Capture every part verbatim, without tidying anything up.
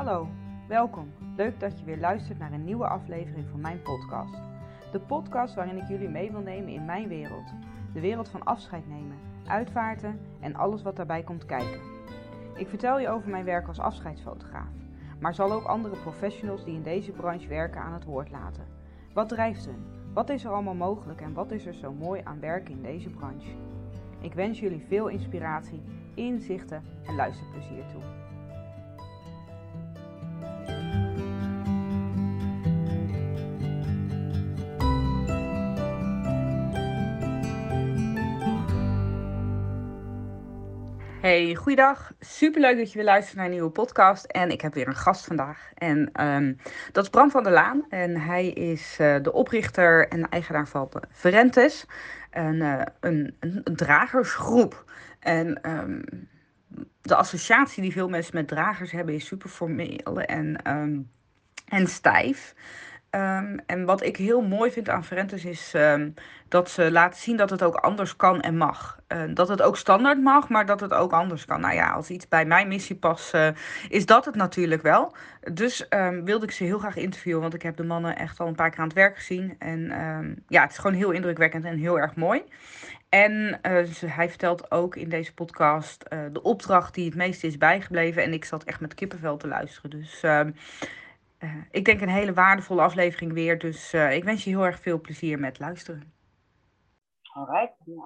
Hallo, welkom. Leuk dat je weer luistert naar een nieuwe aflevering van mijn podcast. De podcast waarin ik jullie mee wil nemen in mijn wereld. De wereld van afscheid nemen, uitvaarten en alles wat daarbij komt kijken. Ik vertel je over mijn werk als afscheidsfotograaf, maar zal ook andere professionals die in deze branche werken aan het woord laten. Wat drijft hen? Wat is er allemaal mogelijk en wat is er zo mooi aan werken in deze branche? Ik wens jullie veel inspiratie, inzichten en luisterplezier toe. Hey, goeiedag. Superleuk dat je weer luistert naar een nieuwe podcast. En ik heb weer een gast vandaag. En um, dat is Bram van der Laan. En hij is uh, de oprichter en eigenaar van Verentes. Een, uh, een, een, een dragersgroep. En um, de associatie die veel mensen met dragers hebben is super formeel en, um, en stijf. Um, en wat ik heel mooi vind aan Verentes is um, dat ze laten zien dat het ook anders kan en mag. Uh, dat het ook standaard mag, maar dat het ook anders kan. Nou ja, als iets bij mijn missie past, uh, is dat het natuurlijk wel. Dus um, wilde ik ze heel graag interviewen, want ik heb de mannen echt al een paar keer aan het werk gezien. En um, ja, het is gewoon heel indrukwekkend en heel erg mooi. En uh, dus hij vertelt ook in deze podcast uh, de opdracht die het meest is bijgebleven. En ik zat echt met kippenvel te luisteren. Dus uh, uh, ik denk een hele waardevolle aflevering weer. Dus uh, ik wens je heel erg veel plezier met luisteren. Alright. Ja.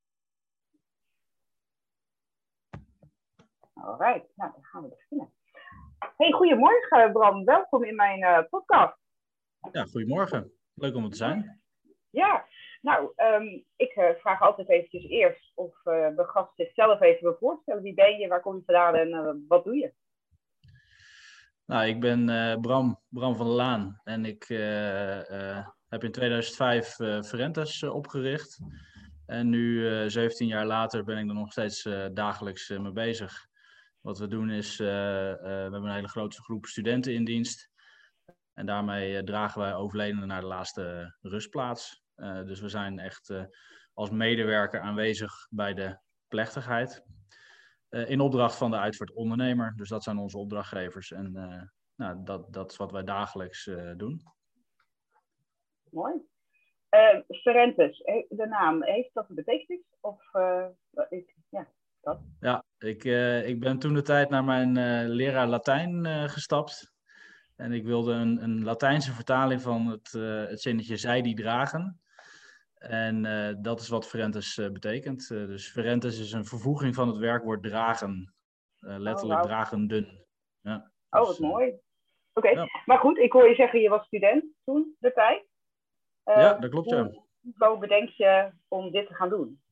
Alright, nou dan gaan we beginnen. Hey, goedemorgen Bram. Welkom in mijn uh, podcast. Ja, goedemorgen. Leuk om er te zijn. Ja, nou, um, ik uh, vraag altijd eventjes eerst of uh, de gast zichzelf even wil voorstellen. Wie ben je, waar kom je vandaan en uh, wat doe je? Nou, ik ben uh, Bram, Bram van der Laan en ik uh, uh, heb in tweeduizend vijf uh, Verentes uh, opgericht. En nu, uh, zeventien jaar later, ben ik er nog steeds uh, dagelijks uh, mee bezig. Wat we doen is, uh, uh, we hebben een hele grote groep studenten in dienst. En daarmee uh, dragen wij overledenen naar de laatste uh, rustplaats. Uh, dus we zijn echt uh, als medewerker aanwezig bij de plechtigheid. Uh, in opdracht van de uitvaartondernemer. Dus dat zijn onze opdrachtgevers. En uh, nou, dat, dat is wat wij dagelijks uh, doen. Mooi. Uh, Verentes, de naam, heeft dat een betekenis? Of, uh, ik, ja, dat. Ja, ik, uh, ik ben toen de tijd naar mijn uh, leraar Latijn uh, gestapt. En ik wilde een, een Latijnse vertaling van het, uh, het zinnetje zij die dragen. En uh, dat is wat Verentes uh, betekent. Uh, dus Verentes is een vervoeging van het werkwoord dragen. Uh, letterlijk oh, wow. Dragenden. Ja, oh, dus, wat mooi. Oké, okay. Ja. Maar goed, ik hoor je zeggen, je was student toen, de tijd. Uh, ja, dat klopt, ja. Hoe bedenk je om dit te gaan doen?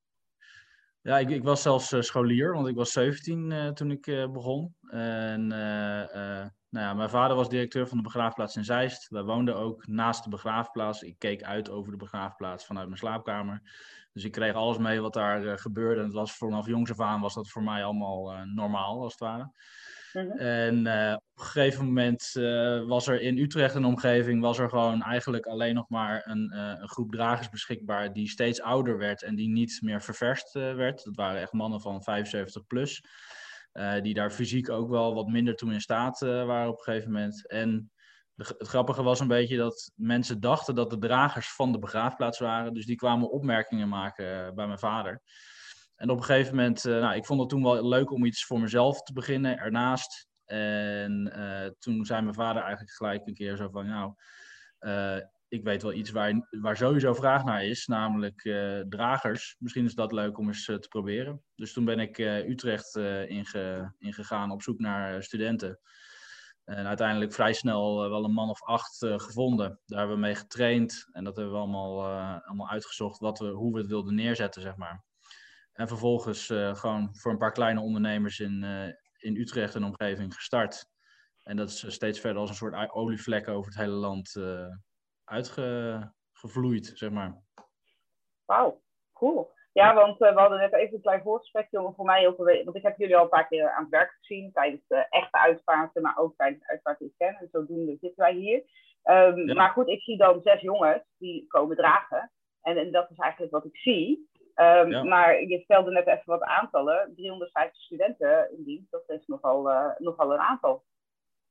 Ja, ik, ik was zelfs uh, scholier, want ik was zeventien uh, toen ik uh, begon. En uh, uh, nou ja, mijn vader was directeur van de begraafplaats in Zeist. Wij woonden ook naast de begraafplaats. Ik keek uit over de begraafplaats vanuit mijn slaapkamer. Dus ik kreeg alles mee wat daar uh, gebeurde. En het was vanaf jongs af aan was dat voor mij allemaal uh, normaal, als het ware. Mm-hmm. En uh, op een gegeven moment uh, was er in Utrecht een omgeving, was er gewoon eigenlijk alleen nog maar een, uh, een groep dragers beschikbaar die steeds ouder werd en die niet meer ververst uh, werd. Dat waren echt mannen van vijfenzeventig plus, uh, die daar fysiek ook wel wat minder toe in staat uh, waren op een gegeven moment. En de, het grappige was een beetje dat mensen dachten dat de dragers van de begraafplaats waren, dus die kwamen opmerkingen maken uh, bij mijn vader. En op een gegeven moment, uh, nou, ik vond het toen wel leuk om iets voor mezelf te beginnen ernaast. En uh, toen zei mijn vader eigenlijk gelijk een keer zo van, nou, uh, ik weet wel iets waar, waar sowieso vraag naar is, namelijk uh, dragers. Misschien is dat leuk om eens uh, te proberen. Dus toen ben ik uh, Utrecht uh, inge, ingegaan op zoek naar uh, studenten. En uiteindelijk vrij snel uh, wel een man of acht uh, gevonden. Daar hebben we mee getraind en dat hebben we allemaal, uh, allemaal uitgezocht wat we, hoe we het wilden neerzetten, zeg maar. En vervolgens uh, gewoon voor een paar kleine ondernemers in, uh, in Utrecht en omgeving gestart. En dat is uh, steeds verder als een soort olievlek over het hele land uh, uitgevloeid, zeg maar. Wauw, cool. Ja, want uh, we hadden net even een klein voorgesprekje om voor mij ook een beetje, want ik heb jullie al een paar keer aan het werk gezien tijdens de echte uitvaarten, maar ook tijdens de uitvaart in Ken. En zodoende zitten wij hier. Um, ja. Maar goed, ik zie dan zes jongens die komen dragen. En, en dat is eigenlijk wat ik zie. Um, ja. Maar je stelde net even wat aantallen. driehonderdvijftig studenten in dienst, dat is nogal, uh, nogal een aantal.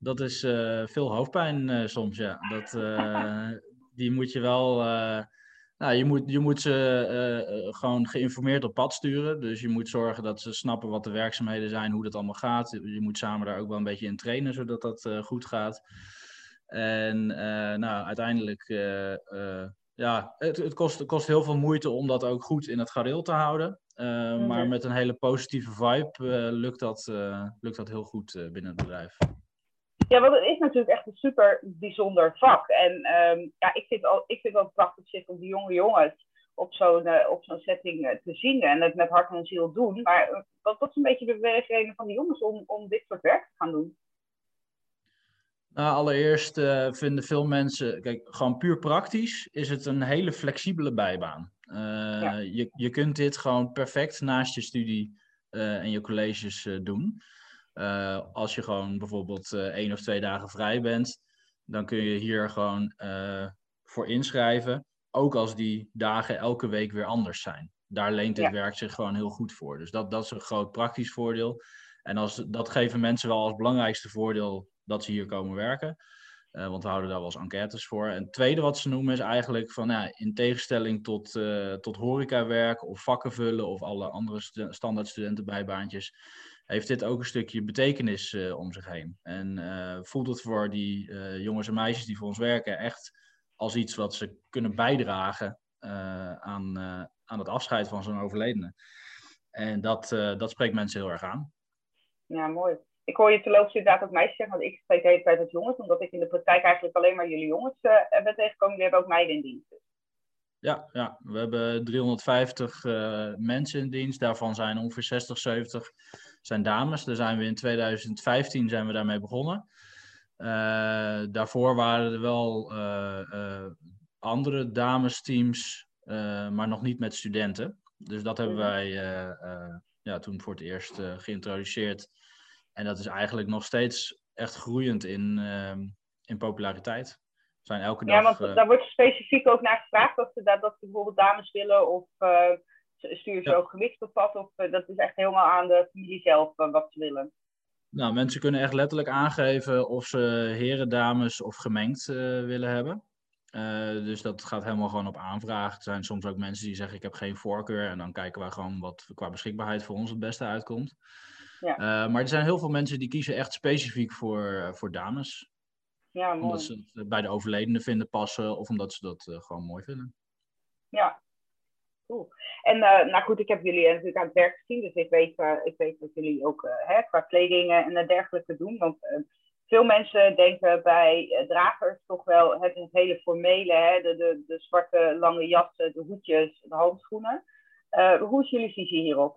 dat is uh, veel hoofdpijn uh, soms, ja. Dat, uh, die moet je wel... Uh, nou, je moet, je moet ze uh, uh, gewoon geïnformeerd op pad sturen. Dus je moet zorgen dat ze snappen wat de werkzaamheden zijn, hoe dat allemaal gaat. Je moet samen daar ook wel een beetje in trainen, zodat dat uh, goed gaat. En uh, nou, uiteindelijk... Uh, uh, ja, het, het, kost, het kost heel veel moeite om dat ook goed in het gareel te houden. Uh, mm-hmm. Maar met een hele positieve vibe uh, lukt, dat, uh, lukt dat heel goed uh, binnen het bedrijf. Ja, want het is natuurlijk echt een super bijzonder vak. En um, ja, ik vind, al, ik vind het ook prachtig zitten om die jonge jongens op zo'n, uh, op zo'n setting uh, te zien en het met hart en ziel doen. Maar uh, wat, wat is een beetje de beweegreden van die jongens om, om dit soort werk te gaan doen? Nou, allereerst uh, vinden veel mensen, kijk, gewoon puur praktisch is het een hele flexibele bijbaan. Uh, ja. je, je kunt dit gewoon perfect naast je studie uh, en je colleges uh, doen. Uh, als je gewoon bijvoorbeeld uh, één of twee dagen vrij bent, dan kun je hier gewoon uh, voor inschrijven. Ook als die dagen elke week weer anders zijn. Daar leent dit ja. werk zich gewoon heel goed voor. Dus dat, dat is een groot praktisch voordeel. En als, dat geven mensen wel als belangrijkste voordeel dat ze hier komen werken. Uh, want we houden daar wel eens enquêtes voor. En het tweede wat ze noemen is eigenlijk van, ja, in tegenstelling tot, uh, tot horecawerk of vakken vullen of alle andere stu- standaard studentenbijbaantjes, heeft dit ook een stukje betekenis uh, om zich heen. En uh, voelt het voor die uh, jongens en meisjes die voor ons werken echt als iets wat ze kunnen bijdragen uh, aan, uh, aan het afscheid van zo'n overledene. En dat, uh, dat spreekt mensen heel erg aan. Ja, mooi. Ik hoor je terloops inderdaad ook meisjes zeggen, want ik spreek de hele tijd met jongens, omdat ik in de praktijk eigenlijk alleen maar jullie jongens uh, ben tegengekomen. Die hebben ook meiden in dienst. Ja, ja, we hebben driehonderdvijftig uh, mensen in dienst. Daarvan zijn ongeveer zestig, zeventig zijn dames. Daar zijn we in tweeduizend vijftien zijn we daarmee begonnen. Uh, daarvoor waren er wel uh, uh, andere damesteams, uh, maar nog niet met studenten. Dus dat hebben wij uh, uh, ja, toen voor het eerst uh, geïntroduceerd. En dat is eigenlijk nog steeds echt groeiend in, uh, in populariteit. Zijn elke dag, ja, want uh, daar wordt specifiek ook naar gevraagd dat ze, dat, dat ze bijvoorbeeld dames willen of uh, sturen ze ja. ook gewicht op pad. Of uh, dat is echt helemaal aan de familie zelf uh, wat ze willen. Nou, mensen kunnen echt letterlijk aangeven of ze heren, dames of gemengd uh, willen hebben. Uh, dus dat gaat helemaal gewoon op aanvraag. Er zijn soms ook mensen die zeggen ik heb geen voorkeur. En dan kijken we gewoon wat qua beschikbaarheid voor ons het beste uitkomt. Ja. Uh, maar er zijn heel veel mensen die kiezen echt specifiek voor, uh, voor dames. Ja, mooi. Omdat ze het bij de overledene vinden passen of omdat ze dat uh, gewoon mooi vinden. Ja, cool. En uh, nou goed, ik heb jullie natuurlijk aan het werk gezien, dus ik weet, uh, ik weet dat jullie ook uh, hè, qua kleding en uh, dergelijke doen. Want uh, veel mensen denken bij uh, dragers toch wel het, het hele formele, hè, de, de, de zwarte lange jassen, de hoedjes, de handschoenen. Uh, hoe is jullie visie hierop?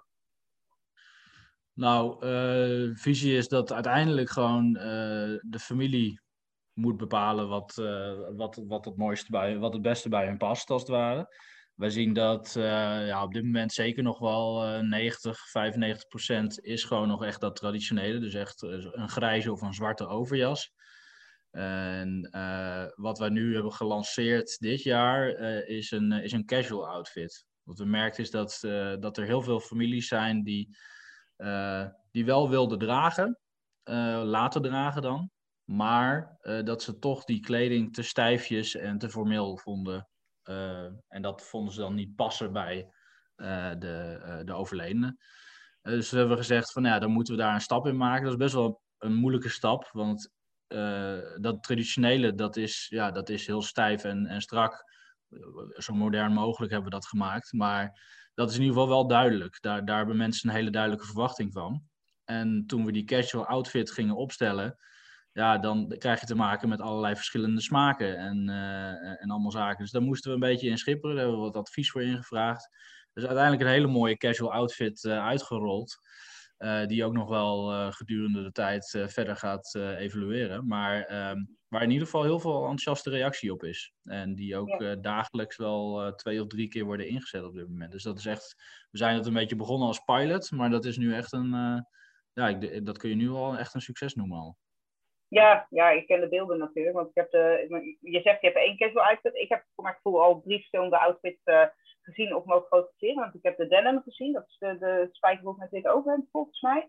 Nou, uh, visie is dat uiteindelijk gewoon uh, de familie moet bepalen wat, uh, wat, wat, het mooiste bij, wat het beste bij hun past, als het ware. Wij zien dat uh, ja, op dit moment zeker nog wel uh, negentig, vijfennegentig procent is gewoon nog echt dat traditionele. Dus echt uh, een grijze of een zwarte overjas. En uh, wat wij nu hebben gelanceerd dit jaar uh, is, een, is een casual outfit. Wat we merken is dat, uh, dat er heel veel families zijn die, uh, die wel wilden dragen, uh, laten dragen dan. Maar uh, dat ze toch die kleding te stijfjes en te formeel vonden. Uh, en dat vonden ze dan niet passen bij uh, de, uh, de overledene. Uh, dus we hebben gezegd van ja, dan moeten we daar een stap in maken. Dat is best wel een moeilijke stap. Want uh, dat traditionele, dat is, ja, dat is heel stijf en, en strak. Zo modern mogelijk hebben we dat gemaakt. Maar dat is in ieder geval wel duidelijk. Daar, daar hebben mensen een hele duidelijke verwachting van. En toen we die casual outfit gingen opstellen, ja, dan krijg je te maken met allerlei verschillende smaken en, uh, en allemaal zaken. Dus daar moesten we een beetje in schipperen. Daar hebben we wat advies voor ingevraagd. Dus uiteindelijk een hele mooie casual outfit uh, uitgerold. Uh, die ook nog wel uh, gedurende de tijd uh, verder gaat uh, evolueren. Maar uh, waar in ieder geval heel veel enthousiaste reactie op is. En die ook uh, dagelijks wel uh, twee of drie keer worden ingezet op dit moment. Dus dat is echt... We zijn het een beetje begonnen als pilot. Maar dat is nu echt een... Uh, ja, ik, dat kun je nu al echt een succes noemen al. Ja, ja, ik ken de beelden natuurlijk. Want ik heb de, je zegt je hebt één casual outfit. Ik heb voor mijn gevoel al drie verschillende outfits uh, gezien of mogen fotograferen. Want ik heb de denim gezien. Dat is de, de spijkerbroek met wit overhemd volgens mij.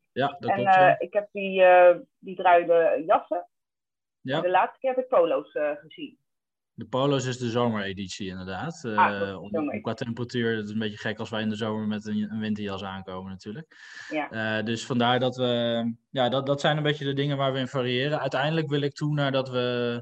Ja, dat En klopt, ja. uh, ik heb die, uh, die druide jassen. Ja. En de laatste keer heb ik polo's uh, gezien. De polo's is de zomereditie inderdaad. Uh, ah, om, om, qua temperatuur, het is een beetje gek als wij in de zomer met een, een winterjas aankomen natuurlijk. Ja. Uh, dus vandaar dat we, ja, dat, dat zijn een beetje de dingen waar we in variëren. Uiteindelijk wil ik toe naar dat we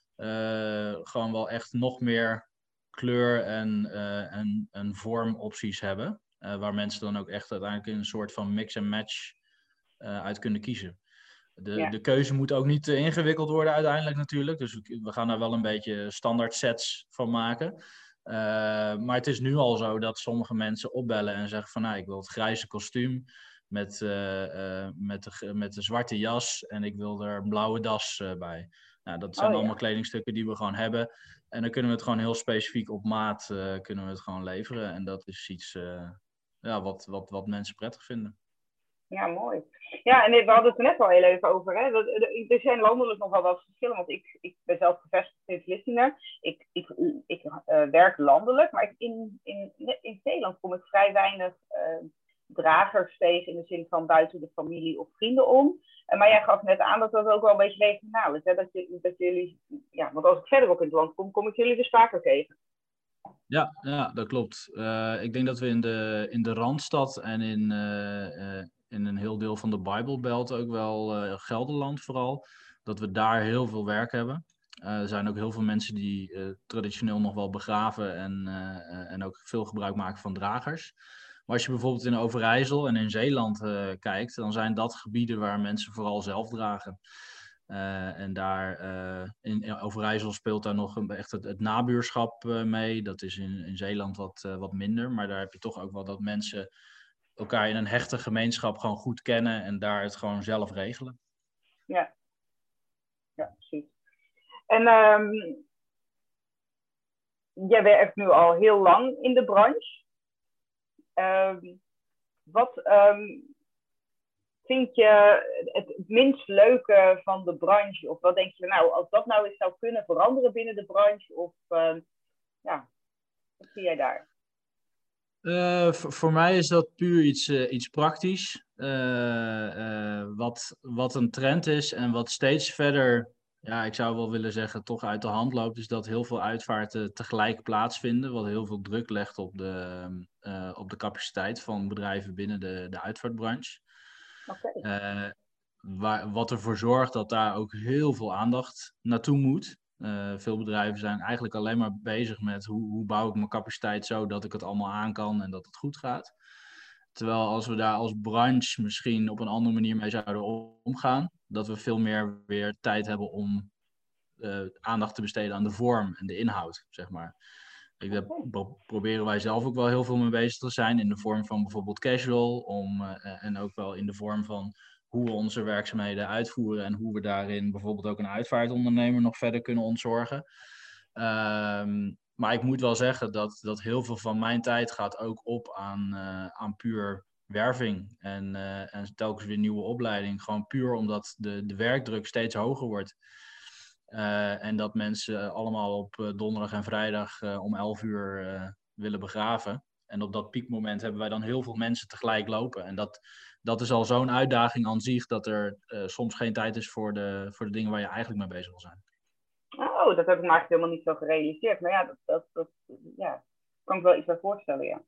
uh, gewoon wel echt nog meer kleur en, uh, en, en vormopties hebben. Uh, waar mensen dan ook echt uiteindelijk een soort van mix en match uh, uit kunnen kiezen. De, ja. de keuze moet ook niet te ingewikkeld worden uiteindelijk natuurlijk. Dus we, we gaan daar wel een beetje standaard sets van maken. Uh, maar het is nu al zo dat sommige mensen opbellen en zeggen van... Nou, ik wil het grijze kostuum met, uh, uh, met, de, met de zwarte jas en ik wil er een blauwe das uh, bij. Nou, dat zijn oh, allemaal ja. kledingstukken die we gewoon hebben. En dan kunnen we het gewoon heel specifiek op maat uh, kunnen we het gewoon leveren. En dat is iets uh, ja, wat, wat, wat mensen prettig vinden. Ja, mooi. Ja, en we hadden het er net al heel even over. Hè? Er zijn landelijk nog wel wat verschillen. Want ik, ik ben zelf gevestigd in Vlissingen. Ik, ik, ik uh, werk landelijk. Maar in, in, in Zeeland kom ik vrij weinig uh, dragers tegen. In de zin van buiten de familie of vrienden om. Uh, maar jij gaf net aan dat dat ook wel een beetje regionaal is. Hè? Dat, je, dat jullie, ja, want als ik verderop in het land kom, kom ik jullie dus vaker tegen. Ja, ja, dat klopt. Uh, ik denk dat we in de, in de Randstad en in... Uh, uh, in een heel deel van de Bijbelbelt, ook wel uh, Gelderland vooral, dat we daar heel veel werk hebben. Uh, er zijn ook heel veel mensen die uh, traditioneel nog wel begraven en, uh, uh, en ook veel gebruik maken van dragers. Maar als je bijvoorbeeld in Overijssel en in Zeeland uh, kijkt, dan zijn dat gebieden waar mensen vooral zelf dragen. Uh, en daar uh, in, in Overijssel speelt daar nog een, echt het, het nabuurschap uh, mee. Dat is in, in Zeeland wat, uh, wat minder, maar daar heb je toch ook wel dat mensen elkaar in een hechte gemeenschap gewoon goed kennen en daar het gewoon zelf regelen. Ja, ja precies. En um, jij werkt nu al heel lang in de branche. Um, wat um, vind je het minst leuke van de branche? Of wat denk je, nou, als dat nou eens zou kunnen veranderen binnen de branche? Of um, ja, wat zie jij daar? Uh, voor, voor mij is dat puur iets, uh, iets praktisch. Uh, uh, wat, wat een trend is en wat steeds verder, ja, ik zou wel willen zeggen, toch uit de hand loopt, is dat heel veel uitvaarten tegelijk plaatsvinden. Wat heel veel druk legt op de, uh, op de capaciteit van bedrijven binnen de, de uitvaartbranche. Okay. Uh, waar, wat ervoor zorgt dat daar ook heel veel aandacht naartoe moet. Uh, veel bedrijven zijn eigenlijk alleen maar bezig met hoe, hoe bouw ik mijn capaciteit zo dat ik het allemaal aan kan en dat het goed gaat. Terwijl als we daar als branche misschien op een andere manier mee zouden omgaan, dat we veel meer weer tijd hebben om uh, aandacht te besteden aan de vorm en de inhoud, zeg maar. Ik, daar pro- proberen wij zelf ook wel heel veel mee bezig te zijn in de vorm van bijvoorbeeld casual om, uh, en ook wel in de vorm van hoe we onze werkzaamheden uitvoeren en hoe we daarin bijvoorbeeld ook een uitvaartondernemer nog verder kunnen ontzorgen. Um, maar ik moet wel zeggen dat, dat heel veel van mijn tijd gaat ook op aan, uh, aan puur werving en, uh, en telkens weer nieuwe opleiding. Gewoon puur omdat de, de werkdruk steeds hoger wordt. Uh, en dat mensen allemaal op uh, donderdag en vrijdag uh, om elf uur uh, willen begraven. En op dat piekmoment hebben wij dan heel veel mensen tegelijk lopen. En dat, dat is al zo'n uitdaging aan zich dat er uh, soms geen tijd is voor de, voor de dingen waar je eigenlijk mee bezig wil zijn. Oh, dat heb ik me eigenlijk helemaal niet zo gerealiseerd. Maar ja, dat, dat, dat ja, kan ik wel iets bij voorstellen, ja.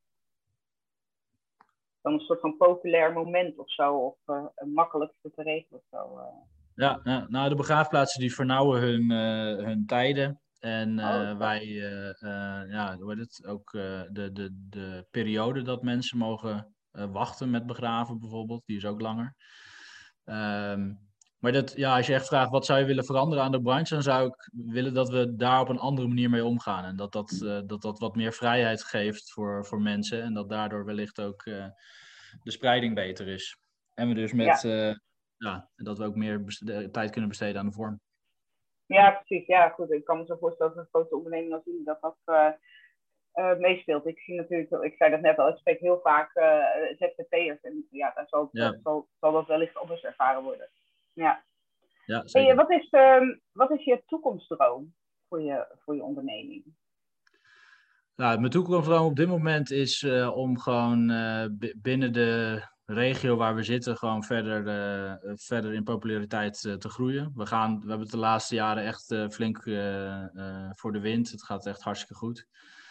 Dan een soort van populair moment of zo, of uh, makkelijkste te regelen of zo. Uh. Ja, ja, nou de begraafplaatsen die vernauwen hun, uh, hun tijden. En uh, oh, wij, uh, uh, ja, hoe heet het, ook uh, de, de, de periode dat mensen mogen uh, wachten met begraven bijvoorbeeld, die is ook langer. Um, maar dat, ja, als je echt vraagt wat zou je willen veranderen aan de branche, dan zou ik willen dat we daar op een andere manier mee omgaan. En dat dat, uh, dat, dat wat meer vrijheid geeft voor, voor mensen en dat daardoor wellicht ook uh, de spreiding beter is. En we dus met... Ja. Uh, Ja, en dat we ook meer beste- tijd kunnen besteden aan de vorm. Ja, precies. Ja, goed. Ik kan me zo voorstellen dat een grote onderneming als jullie dat dat uh, uh, meespeelt. Ik zie natuurlijk, ik zei dat net al, ik spreek heel vaak uh, Z Z P'ers. En ja, daar zal, ja. zal, zal dat wellicht anders ervaren worden. Ja. Ja, zeker. Hey, wat, is, um, wat is je toekomstdroom voor je, voor je onderneming? Nou, mijn toekomstdroom op dit moment is uh, om gewoon uh, b- binnen de regio waar we zitten gewoon verder, uh, verder in populariteit uh, te groeien. We, gaan, we hebben het de laatste jaren echt uh, flink uh, uh, voor de wind. Het gaat echt hartstikke goed.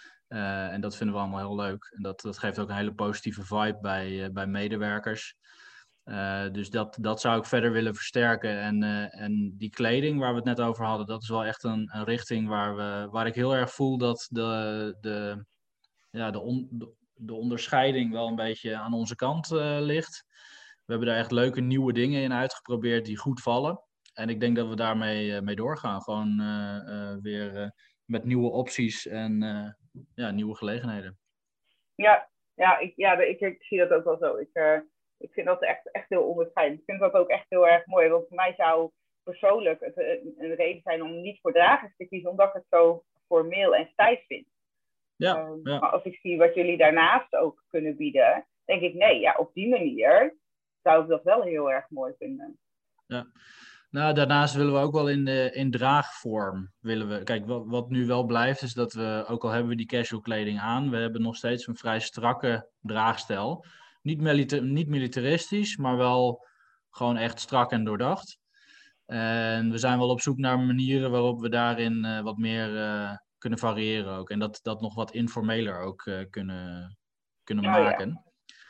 Uh, en dat vinden we allemaal heel leuk. En dat, dat geeft ook een hele positieve vibe bij, uh, bij medewerkers. Uh, dus dat, dat zou ik verder willen versterken. En, uh, en die kleding waar we het net over hadden, dat is wel echt een, een richting waar, we, waar ik heel erg voel dat de, de, ja, de, on, de, de onderscheiding wel een beetje aan onze kant uh, ligt. We hebben daar echt leuke nieuwe dingen in uitgeprobeerd die goed vallen. En ik denk dat we daarmee uh, mee doorgaan. Gewoon uh, uh, weer uh, met nieuwe opties en uh, ja, nieuwe gelegenheden. Ja, ja, ik, ja ik, ik zie dat ook wel zo. Ik, uh, ik vind dat echt, echt heel onderscheidend. Ik vind dat ook echt heel erg mooi. Want voor mij zou persoonlijk het een, een reden zijn om niet voor dragers te kiezen, omdat ik het zo formeel en stijf vind. Ja, um, ja. Maar als ik zie wat jullie daarnaast ook kunnen bieden, denk ik nee, ja, op die manier zou ik dat wel heel erg mooi vinden. Ja. Nou, daarnaast willen we ook wel in, de, in draagvorm. Willen we, kijk, wat, wat nu wel blijft is dat we, ook al hebben we die casual kleding aan, we hebben nog steeds een vrij strakke draagstijl. Niet, milita- niet militaristisch, maar wel gewoon echt strak en doordacht. En we zijn wel op zoek naar manieren waarop we daarin uh, wat meer uh, kunnen variëren ook. En dat, dat nog wat informeler ook uh, kunnen, kunnen Oh, maken. ja.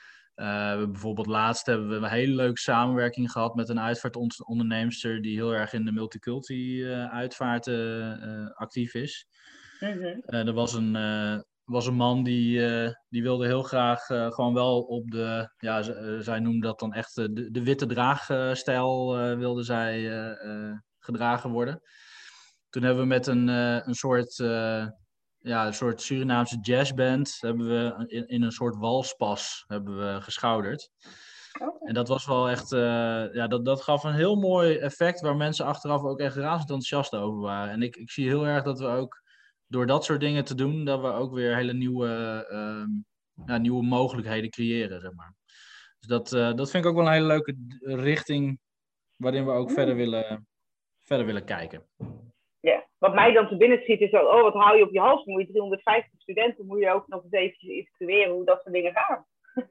Uh, we bijvoorbeeld laatst hebben we een hele leuke samenwerking gehad met een uitvaartonderneemster die heel erg in de multiculti uh, uitvaart uh, uh, actief is. Mm-hmm. Uh, er was een, uh, was een man die, uh, die wilde heel graag uh, gewoon wel op de, ja, z- uh, zij noemde dat dan echt uh, de, de witte draagstijl uh, wilde zij uh, uh, gedragen worden. Toen hebben we met een, uh, een soort... Uh, ja, een soort Surinaamse jazzband hebben we in, in een soort walspas hebben we geschouderd. Okay. En dat was wel echt, uh, ja, dat, dat gaf een heel mooi effect waar mensen achteraf ook echt razend enthousiast over waren. En ik, ik zie heel erg dat we ook door dat soort dingen te doen, dat we ook weer hele nieuwe, uh, ja, nieuwe mogelijkheden creëren, zeg maar. Dus dat, uh, dat vind ik ook wel een hele leuke richting waarin we ook mm. verder, willen, verder willen kijken. Ja, wat mij dan te binnen schiet is wel, oh, wat hou je op je hals? Moet je driehonderdvijftig studenten, moet je ook nog eens eventjes instrueren hoe dat soort dingen gaan.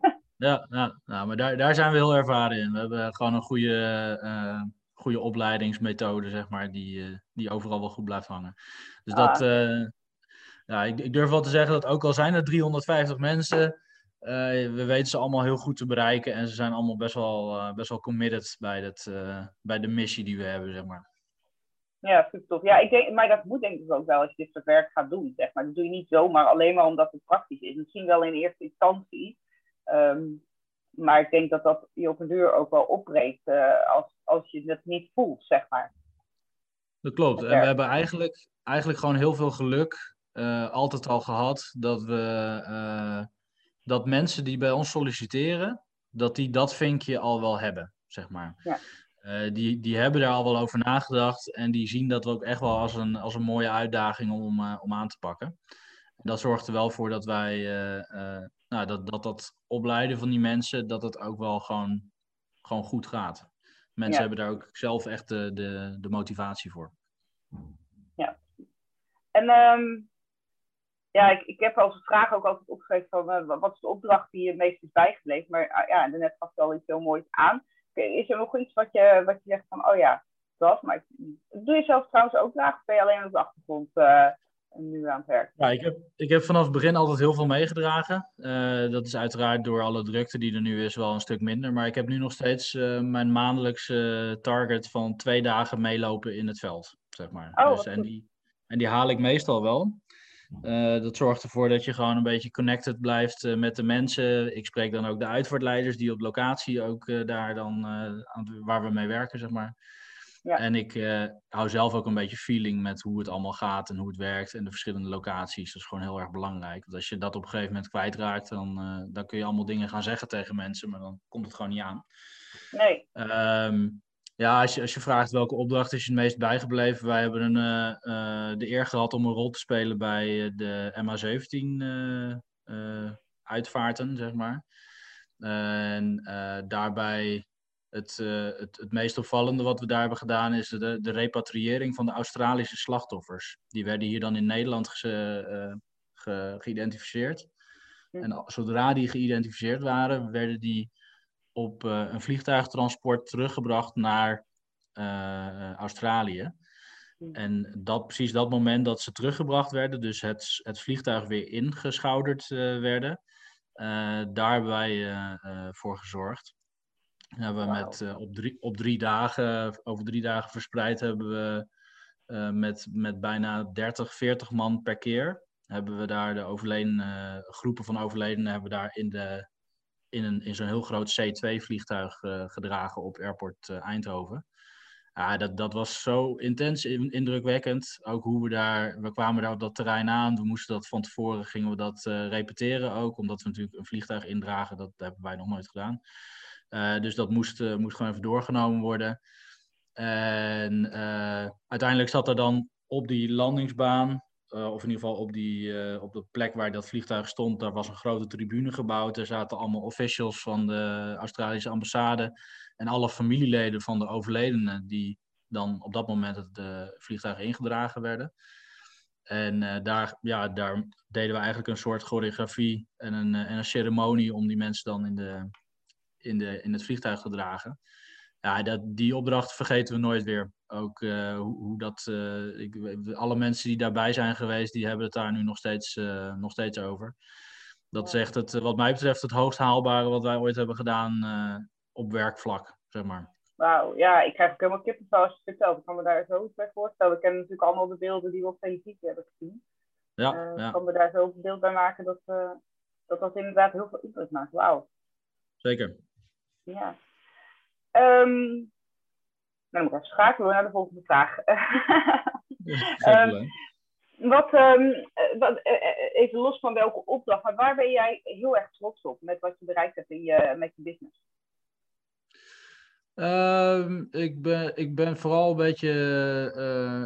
Ja, ja nou, maar daar, daar zijn we heel ervaren in. We hebben gewoon een goede, uh, goede opleidingsmethode, zeg maar, die, uh, die overal wel goed blijft hangen. Dus Ah. dat, uh, ja, ik, ik durf wel te zeggen dat ook al zijn er driehonderdvijftig mensen, uh, we weten ze allemaal heel goed te bereiken en ze zijn allemaal best wel, uh, best wel committed bij, dat, uh, bij de missie die we hebben, zeg maar. Ja, super tof. Ja, ik denk, maar dat moet denk ik ook wel als je dit soort werk gaat doen, zeg maar. Dat doe je niet zomaar alleen maar omdat het praktisch is. Misschien wel in eerste instantie. Um, maar ik denk dat dat je op een duur ook wel opbreekt uh, als, als je het niet voelt, zeg maar. Dat klopt. En we hebben eigenlijk, eigenlijk gewoon heel veel geluk uh, altijd al gehad dat we uh, dat mensen die bij ons solliciteren, dat die dat vinkje al wel hebben, zeg maar. Ja. Uh, die, die hebben daar al wel over nagedacht en die zien dat ook echt wel als een, als een mooie uitdaging om, uh, om aan te pakken. En dat zorgt er wel voor dat wij, uh, uh, nou, dat, dat dat opleiden van die mensen, dat het ook wel gewoon, gewoon goed gaat. Mensen ja. hebben daar ook zelf echt de, de, de motivatie voor. Ja. En um, ja, ik, ik heb als vraag ook altijd opgegeven van uh, wat is de opdracht die je het meest is bijgebleven. Maar uh, ja, daarnet gaf je al iets heel moois aan. Okay, is er nog iets wat je, wat je zegt van, oh ja, dat. Maar doe je zelf trouwens ook graag of ben je alleen op de achtergrond uh, nu aan het werk? Ja, ik heb, ik heb vanaf het begin altijd heel veel meegedragen. Uh, dat is uiteraard door alle drukte die er nu is wel een stuk minder. Maar ik heb nu nog steeds uh, mijn maandelijkse target van twee dagen meelopen in het veld, zeg maar. Oh, dus, en, die, en die haal ik meestal wel. Uh, dat zorgt ervoor dat je gewoon een beetje connected blijft uh, met de mensen. Ik spreek dan ook de uitvaartleiders die op locatie ook uh, daar dan, uh, aan, waar we mee werken, zeg maar. Ja. En ik uh, hou zelf ook een beetje feeling met hoe het allemaal gaat en hoe het werkt en de verschillende locaties. Dat is gewoon heel erg belangrijk. Want als je dat op een gegeven moment kwijtraakt, dan, uh, dan kun je allemaal dingen gaan zeggen tegen mensen, maar dan komt het gewoon niet aan. Nee. Um, ja, als je, als je vraagt welke opdracht is je het meest bijgebleven. Wij hebben een, uh, uh, de eer gehad om een rol te spelen bij de M H zeventien uh, uh, uitvaarten, zeg maar. Uh, en uh, daarbij... Het, uh, het, het meest opvallende wat we daar hebben gedaan is de, de repatriëring van de Australische slachtoffers. Die werden hier dan in Nederland ge, uh, ge, geïdentificeerd. Mm. En zodra die geïdentificeerd waren, werden die op uh, een vliegtuigtransport teruggebracht naar uh, Australië. En dat, precies dat moment dat ze teruggebracht werden, dus het, het vliegtuig weer ingeschouderd uh, werden, uh, daar hebben wij uh, uh, voor gezorgd. En hebben we wow. met, uh, op, drie, op drie dagen, over drie dagen verspreid, hebben we uh, met, met bijna dertig, veertig man per keer, hebben we daar de overleden, uh, groepen van overledenen hebben we daar in, de, in, een, in zo'n heel groot C twee vliegtuig uh, gedragen op Airport uh, Eindhoven. Ja, dat, dat was zo intens indrukwekkend. Ook hoe we daar, we kwamen daar op dat terrein aan. We moesten dat van tevoren, gingen we dat uh, repeteren ook. Omdat we natuurlijk een vliegtuig indragen, dat hebben wij nog nooit gedaan. Uh, dus dat moest, uh, moest gewoon even doorgenomen worden. En uh, uiteindelijk zat er dan op die landingsbaan, uh, of in ieder geval op, die, uh, op de plek waar dat vliegtuig stond, daar was een grote tribune gebouwd. Er zaten allemaal officials van de Australische ambassade en alle familieleden van de overledenen die dan op dat moment het uh, vliegtuig ingedragen werden. En uh, daar, ja, daar deden we eigenlijk een soort choreografie en een, uh, en een ceremonie om die mensen dan in, de, in, de, in het vliegtuig te dragen. Ja, dat, die opdracht vergeten we nooit weer. Ook uh, hoe, hoe dat, uh, ik, alle mensen die daarbij zijn geweest, die hebben het daar nu nog steeds, uh, nog steeds over. Dat is echt het, wat mij betreft het hoogst haalbare wat wij ooit hebben gedaan uh, op werkvlak, zeg maar. Wauw, ja, ik krijg ook helemaal kippenvel als je het vertelt. Ik kan me daar zo iets bij voorstellen. We kennen natuurlijk allemaal de beelden die we op televisie hebben gezien. Ja, uh, ja. Ik kan me daar zo een beeld bij maken dat, uh, dat dat inderdaad heel veel indruk maakt. Wauw. Zeker. Ja. Um, dan moet ik even schakelen naar de volgende vraag. ja, um, wat, um, wat, even los van welke opdracht, maar waar ben jij heel erg trots op met wat je bereikt hebt in je, met je business? Um, ik, ben, ik ben vooral een beetje... Uh,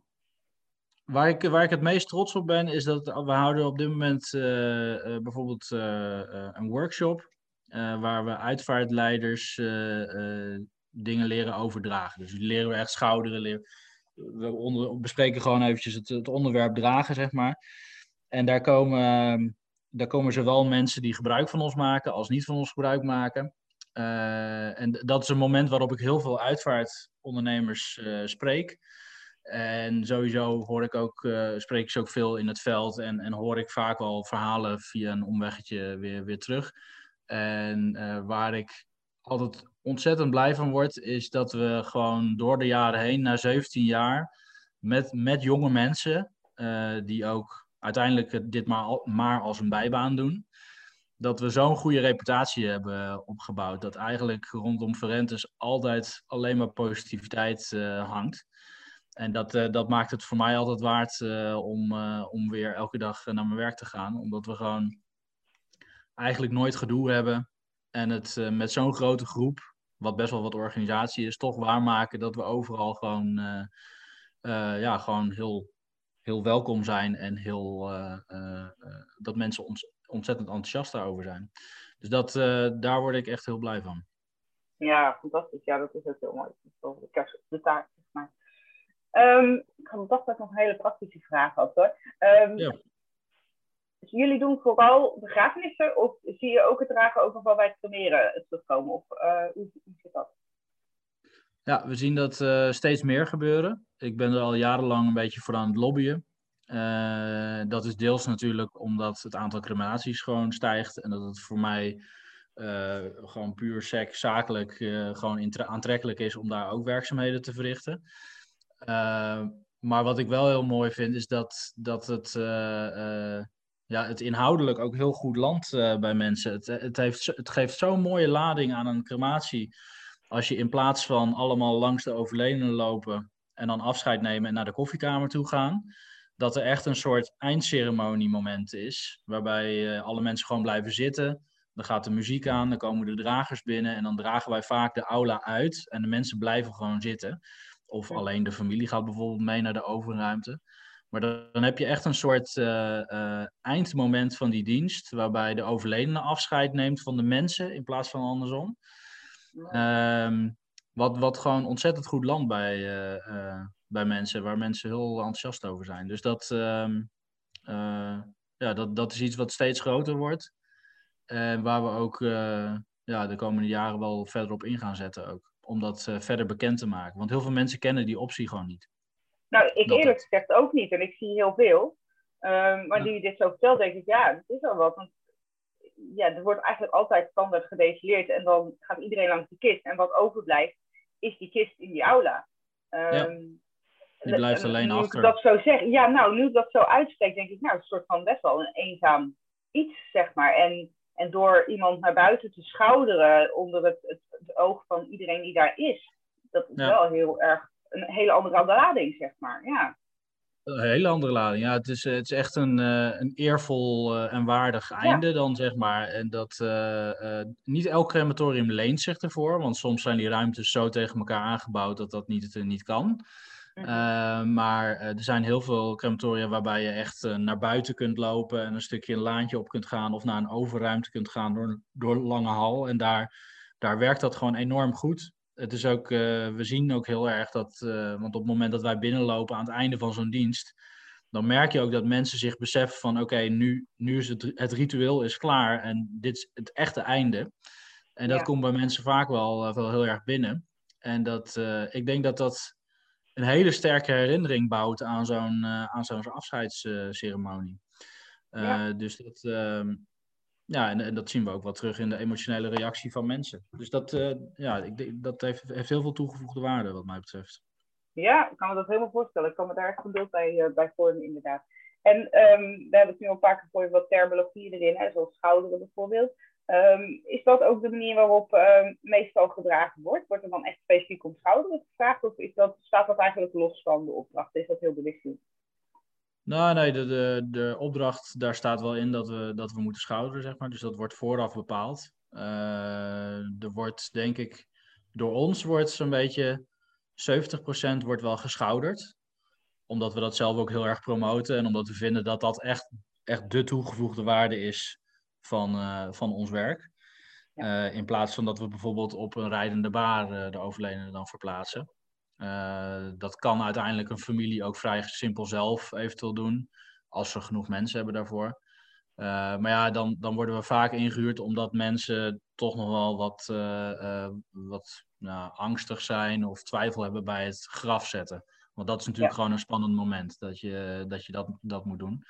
waar, ik, waar ik het meest trots op ben, is dat we houden op dit moment uh, uh, bijvoorbeeld uh, uh, een workshop uh, waar we uitvaartleiders uh, uh, dingen leren overdragen. Dus die leren we echt schouderen. Leren, we onder, bespreken gewoon eventjes het, het onderwerp dragen, zeg maar. En daar komen, uh, daar komen zowel mensen die gebruik van ons maken als niet van ons gebruik maken. Uh, en dat is een moment waarop ik heel veel uitvaartondernemers uh, spreek. En sowieso hoor ik ook, uh, spreek ik ze ook veel in het veld en, en hoor ik vaak wel verhalen via een omweggetje weer, weer terug. En uh, waar ik altijd ontzettend blij van word, is dat we gewoon door de jaren heen, na zeventien jaar, met, met jonge mensen, uh, die ook uiteindelijk dit maar, maar als een bijbaan doen, dat we zo'n goede reputatie hebben opgebouwd. Dat eigenlijk rondom Ferentes altijd alleen maar positiviteit uh, hangt. En dat, uh, dat maakt het voor mij altijd waard uh, om, uh, om weer elke dag naar mijn werk te gaan. Omdat we gewoon eigenlijk nooit gedoe hebben. En het uh, met zo'n grote groep, wat best wel wat organisatie is, toch waarmaken dat we overal gewoon, uh, uh, ja, gewoon heel, heel welkom zijn. En heel, uh, uh, uh, dat mensen ons ontzettend enthousiast daarover zijn. Dus dat, uh, daar word ik echt heel blij van. Ja, fantastisch. Ja, dat is ook heel mooi. De, kerst, de taart, zeg maar. Um, ik had toch nog een hele praktische vraag had, hoor. Um, ja. Dus jullie doen vooral begrafenissen of zie je ook het dragen overal bij het cremeren terugkomen? Of uh, hoe, hoe zit dat? Ja, we zien dat uh, steeds meer gebeuren. Ik ben er al jarenlang een beetje voor aan het lobbyen. Uh, dat is deels natuurlijk omdat het aantal crematies gewoon stijgt en dat het voor mij uh, gewoon puur sec, zakelijk uh, gewoon aantrekkelijk is om daar ook werkzaamheden te verrichten. Uh, maar wat ik wel heel mooi vind is dat, dat het, uh, uh, ja, het inhoudelijk ook heel goed landt uh, bij mensen. Het, het, heeft, het geeft zo'n mooie lading aan een crematie als je in plaats van allemaal langs de overledene lopen en dan afscheid nemen en naar de koffiekamer toe gaan, dat er echt een soort eindceremoniemoment is, waarbij uh, alle mensen gewoon blijven zitten. Dan gaat de muziek aan, dan komen de dragers binnen en dan dragen wij vaak de aula uit en de mensen blijven gewoon zitten. Of alleen de familie gaat bijvoorbeeld mee naar de overruimte. Maar dan, dan heb je echt een soort uh, uh, eindmoment van die dienst, waarbij de overledene afscheid neemt van de mensen in plaats van andersom. Um, wat, wat gewoon ontzettend goed landt bij, uh, uh, bij mensen, waar mensen heel enthousiast over zijn. Dus dat, um, uh, ja, dat, dat is iets wat steeds groter wordt. En waar we ook uh, ja, de komende jaren wel verder op in gaan zetten ook. Om dat uh, verder bekend te maken. Want heel veel mensen kennen die optie gewoon niet. Nou, ik Dat eerlijk het... gezegd ook niet. En ik zie heel veel. Um, maar ja. die je dit zo vertelt, denk ik, ja, dat is wel wat. Want ja, er wordt eigenlijk altijd standaard gedestilleerd. En dan gaat iedereen langs de kist. En wat overblijft, is die kist in die aula. Um, ja, die blijft en, alleen nu achter. Ik dat zo zeg, ja, nou, nu ik dat zo uitspreek, denk ik, nou, het is een soort van best wel een eenzaam iets, zeg maar. En, en door iemand naar buiten te schouderen onder het, het, het oog van iedereen die daar is, dat is ja. wel heel erg een hele andere lading, zeg maar, ja. Een hele andere lading. Ja, het is, het is echt een, uh, een eervol uh, en waardig einde ja. dan, zeg maar. En dat uh, uh, niet elk crematorium leent zich ervoor, want soms zijn die ruimtes zo tegen elkaar aangebouwd dat dat niet, uh, niet kan. Mm-hmm. Uh, maar uh, er zijn heel veel crematoria waarbij je echt uh, naar buiten kunt lopen en een stukje een laantje op kunt gaan of naar een overruimte kunt gaan door, door Lange Hal. En daar, daar werkt dat gewoon enorm goed. Het is ook, uh, we zien ook heel erg dat, uh, want op het moment dat wij binnenlopen aan het einde van zo'n dienst, dan merk je ook dat mensen zich beseffen van oké, okay, nu, nu is het, het ritueel is klaar en dit is het echte einde. En dat ja. komt bij mensen vaak wel, uh, wel heel erg binnen. En dat, uh, ik denk dat dat een hele sterke herinnering bouwt aan zo'n, uh, aan zo'n afscheidsceremonie. Uh, ja. Dus dat... Uh, Ja, en, en dat zien we ook wel terug in de emotionele reactie van mensen. Dus dat, uh, ja, ik, dat heeft, heeft heel veel toegevoegde waarde wat mij betreft. Ja, ik kan me dat helemaal voorstellen. Ik kan me daar echt een beeld bij, uh, bij vormen, inderdaad. En um, we hebben het nu al een paar keer voor wat terminologie erin, hè, zoals schouderen bijvoorbeeld. Um, is dat ook de manier waarop um, meestal gedragen wordt? Wordt er dan echt specifiek om schouderen gevraagd? Of is dat, staat dat eigenlijk los van de opdracht? Is dat heel bewust niet? Nou, nee, de, de, de opdracht, daar staat wel in dat we, dat we moeten schouderen, zeg maar. Dus dat wordt vooraf bepaald. Uh, er wordt, denk ik, door ons wordt zo'n beetje zeventig procent wordt wel geschouderd. Omdat we dat zelf ook heel erg promoten en omdat we vinden dat dat echt, echt de toegevoegde waarde is van, uh, van ons werk. Ja. Uh, in plaats van dat we bijvoorbeeld op een rijdende baar uh, de overledene dan verplaatsen. Uh, dat kan uiteindelijk een familie ook vrij simpel zelf eventueel doen, als ze genoeg mensen hebben daarvoor. Uh, maar ja, dan, dan worden we vaak ingehuurd omdat mensen toch nog wel wat, uh, uh, wat nou, angstig zijn of twijfel hebben bij het graf zetten. Want dat is natuurlijk ja. gewoon een spannend moment dat je dat, je dat, dat moet doen.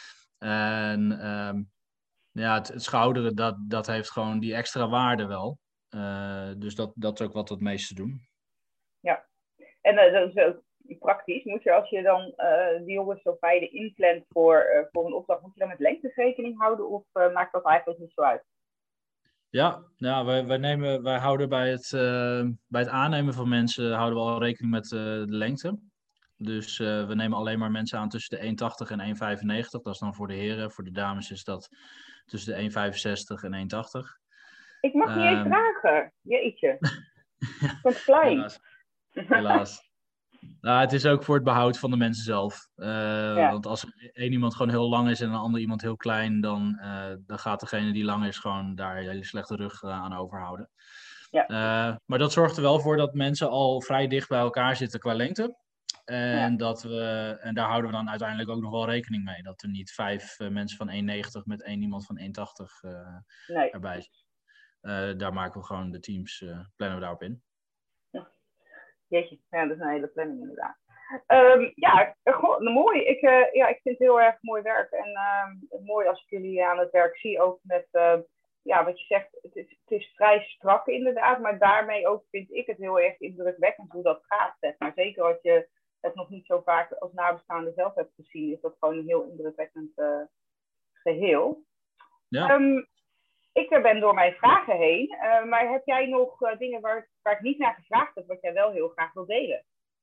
En um, ja, het, het schouderen, dat, dat heeft gewoon die extra waarde wel. Uh, dus dat, dat is ook wat we het meeste doen. Ja, en uh, dat is ook praktisch. Moet je, als je dan uh, die jongens of beide inplant voor, uh, voor een opdracht, moet je dan met lengtes rekening houden of uh, maakt dat eigenlijk niet zo uit? Ja, ja wij, wij, nemen, wij houden bij het, uh, bij het aannemen van mensen houden we al rekening met uh, de lengte. Dus uh, we nemen alleen maar mensen aan tussen de één tachtig en één vijfennegentig. Dat is dan voor de heren. Voor de dames is dat tussen de één vijfenzestig en één tachtig. Ik mag niet um, eens vragen. Jeetje. Ik ben klein. Helaas. Helaas. Nou, het is ook voor het behoud van de mensen zelf. Uh, ja. Want als één iemand gewoon heel lang is en een ander iemand heel klein, dan, uh, dan gaat degene die lang is gewoon daar een hele slechte rug uh, aan overhouden. Ja. Uh, maar dat zorgt er wel voor dat mensen al vrij dicht bij elkaar zitten qua lengte. En, ja. dat we, en daar houden we dan uiteindelijk ook nog wel rekening mee. Dat er niet vijf uh, mensen van één negentig met één iemand van één tachtig uh, nee. erbij zitten. Uh, daar maken we gewoon de teams, uh, plannen we daarop in. Jeetje, ja, dat is een hele planning inderdaad. Um, ja, goh, mooi. Ik, uh, ja, ik vind het heel erg mooi werk. En uh, mooi als ik jullie aan het werk zie, ook met, uh, ja, wat je zegt, het is, het is vrij strak inderdaad, maar daarmee ook vind ik het heel erg indrukwekkend hoe dat gaat. Zeg maar zeker als je het nog niet zo vaak als nabestaande zelf hebt gezien, is dat gewoon een heel indrukwekkend uh, geheel. Ja. Um, Ik ben door mijn vragen heen, uh, maar heb jij nog uh, dingen waar, waar ik niet naar gevraagd heb, wat jij wel heel graag wil delen?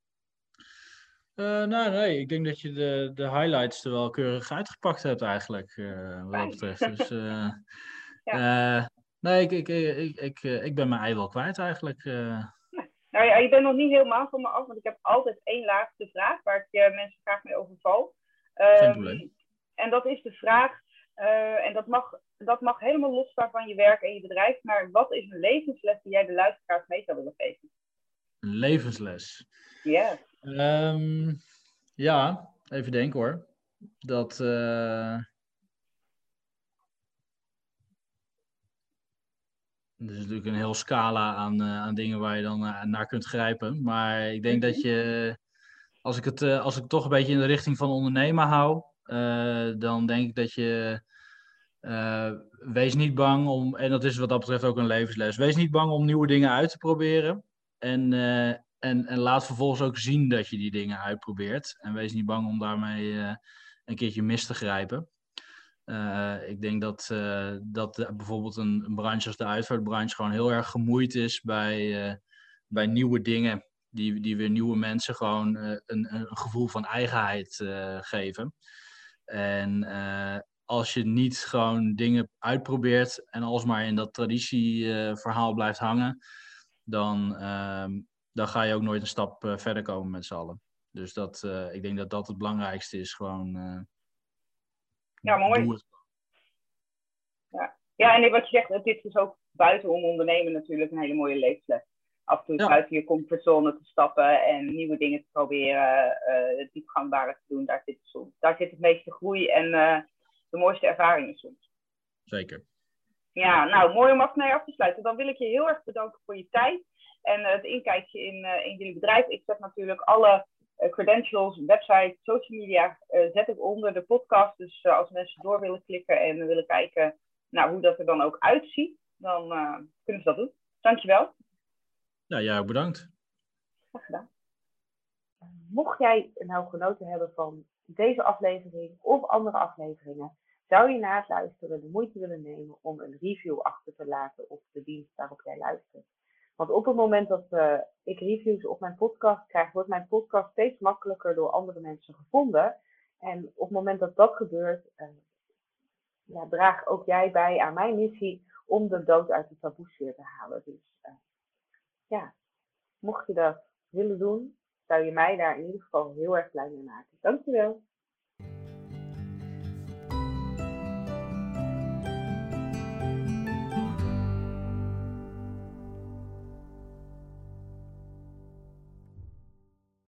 Uh, nou, nee, ik denk dat je de, de highlights er wel keurig uitgepakt hebt eigenlijk, uh, wat dat betreft. Dus, uh, ja. uh, nee, ik, ik, ik, ik, ik ben mijn ei wel kwijt eigenlijk. Uh. Nou ja, je bent nog niet helemaal van me af, want ik heb altijd één laatste vraag waar ik uh, mensen graag mee overval. Um, Geen probleem. En dat is de vraag, uh, en dat mag, dat mag helemaal losstaan van je werk en je bedrijf, maar wat is een levensles die jij de luisteraars mee zou willen geven? Een levensles? Ja. Yeah. Um, ja, even denken hoor. Dat... Uh... Er is natuurlijk een heel scala aan, uh, aan dingen waar je dan uh, naar kunt grijpen. Maar ik denk Mhm. dat je, als ik het uh, als ik het toch een beetje in de richting van ondernemen hou, uh, dan denk ik dat je, uh, wees niet bang om, en dat is wat dat betreft ook een levensles, wees niet bang om nieuwe dingen uit te proberen. En, uh, en, en laat vervolgens ook zien dat je die dingen uitprobeert. En wees niet bang om daarmee uh, een keertje mis te grijpen. Uh, ik denk dat, uh, dat de, bijvoorbeeld een, een branche als de uitvaartbranche gewoon heel erg gemoeid is bij, uh, bij nieuwe dingen. Die, die weer nieuwe mensen gewoon uh, een, een gevoel van eigenheid uh, geven. En uh, als je niet gewoon dingen uitprobeert en alsmaar in dat traditieverhaal uh, blijft hangen, dan, uh, dan ga je ook nooit een stap uh, verder komen met z'n allen. Dus dat, uh, ik denk dat dat het belangrijkste is. Gewoon uh, ja, mooi. doe het. Ja. ja, en wat je zegt, dit is ook buitenom ondernemen natuurlijk een hele mooie levensles. Af en toe ja. buiten je comfortzone te stappen en nieuwe dingen te proberen, uh, het diepgangbare te doen. Daar zit, soms, daar zit het meeste groei en uh, de mooiste ervaringen soms. Zeker. Ja, nou, mooi om af, mee af te sluiten. Dan wil ik je heel erg bedanken voor je tijd en uh, het inkijkje in, uh, in jullie bedrijf. Ik zet natuurlijk alle uh, credentials, website, social media, uh, zet ik onder de podcast. Dus uh, als mensen door willen klikken en willen kijken naar hoe dat er dan ook uitziet, dan uh, kunnen ze dat doen. Dankjewel. Ja, jij ook bedankt. Graag gedaan. Mocht jij nou genoten hebben van deze aflevering of andere afleveringen, zou je na het luisteren de moeite willen nemen om een review achter te laten op de dienst waarop jij luistert. Want op het moment dat uh, ik reviews op mijn podcast krijg, wordt mijn podcast steeds makkelijker door andere mensen gevonden. En op het moment dat dat gebeurt, uh, ja, draag ook jij bij aan mijn missie om de dood uit de taboesfeer te halen. Dus uh, ja, mocht je dat willen doen, zou je mij daar in ieder geval heel erg blij mee maken. Dankjewel.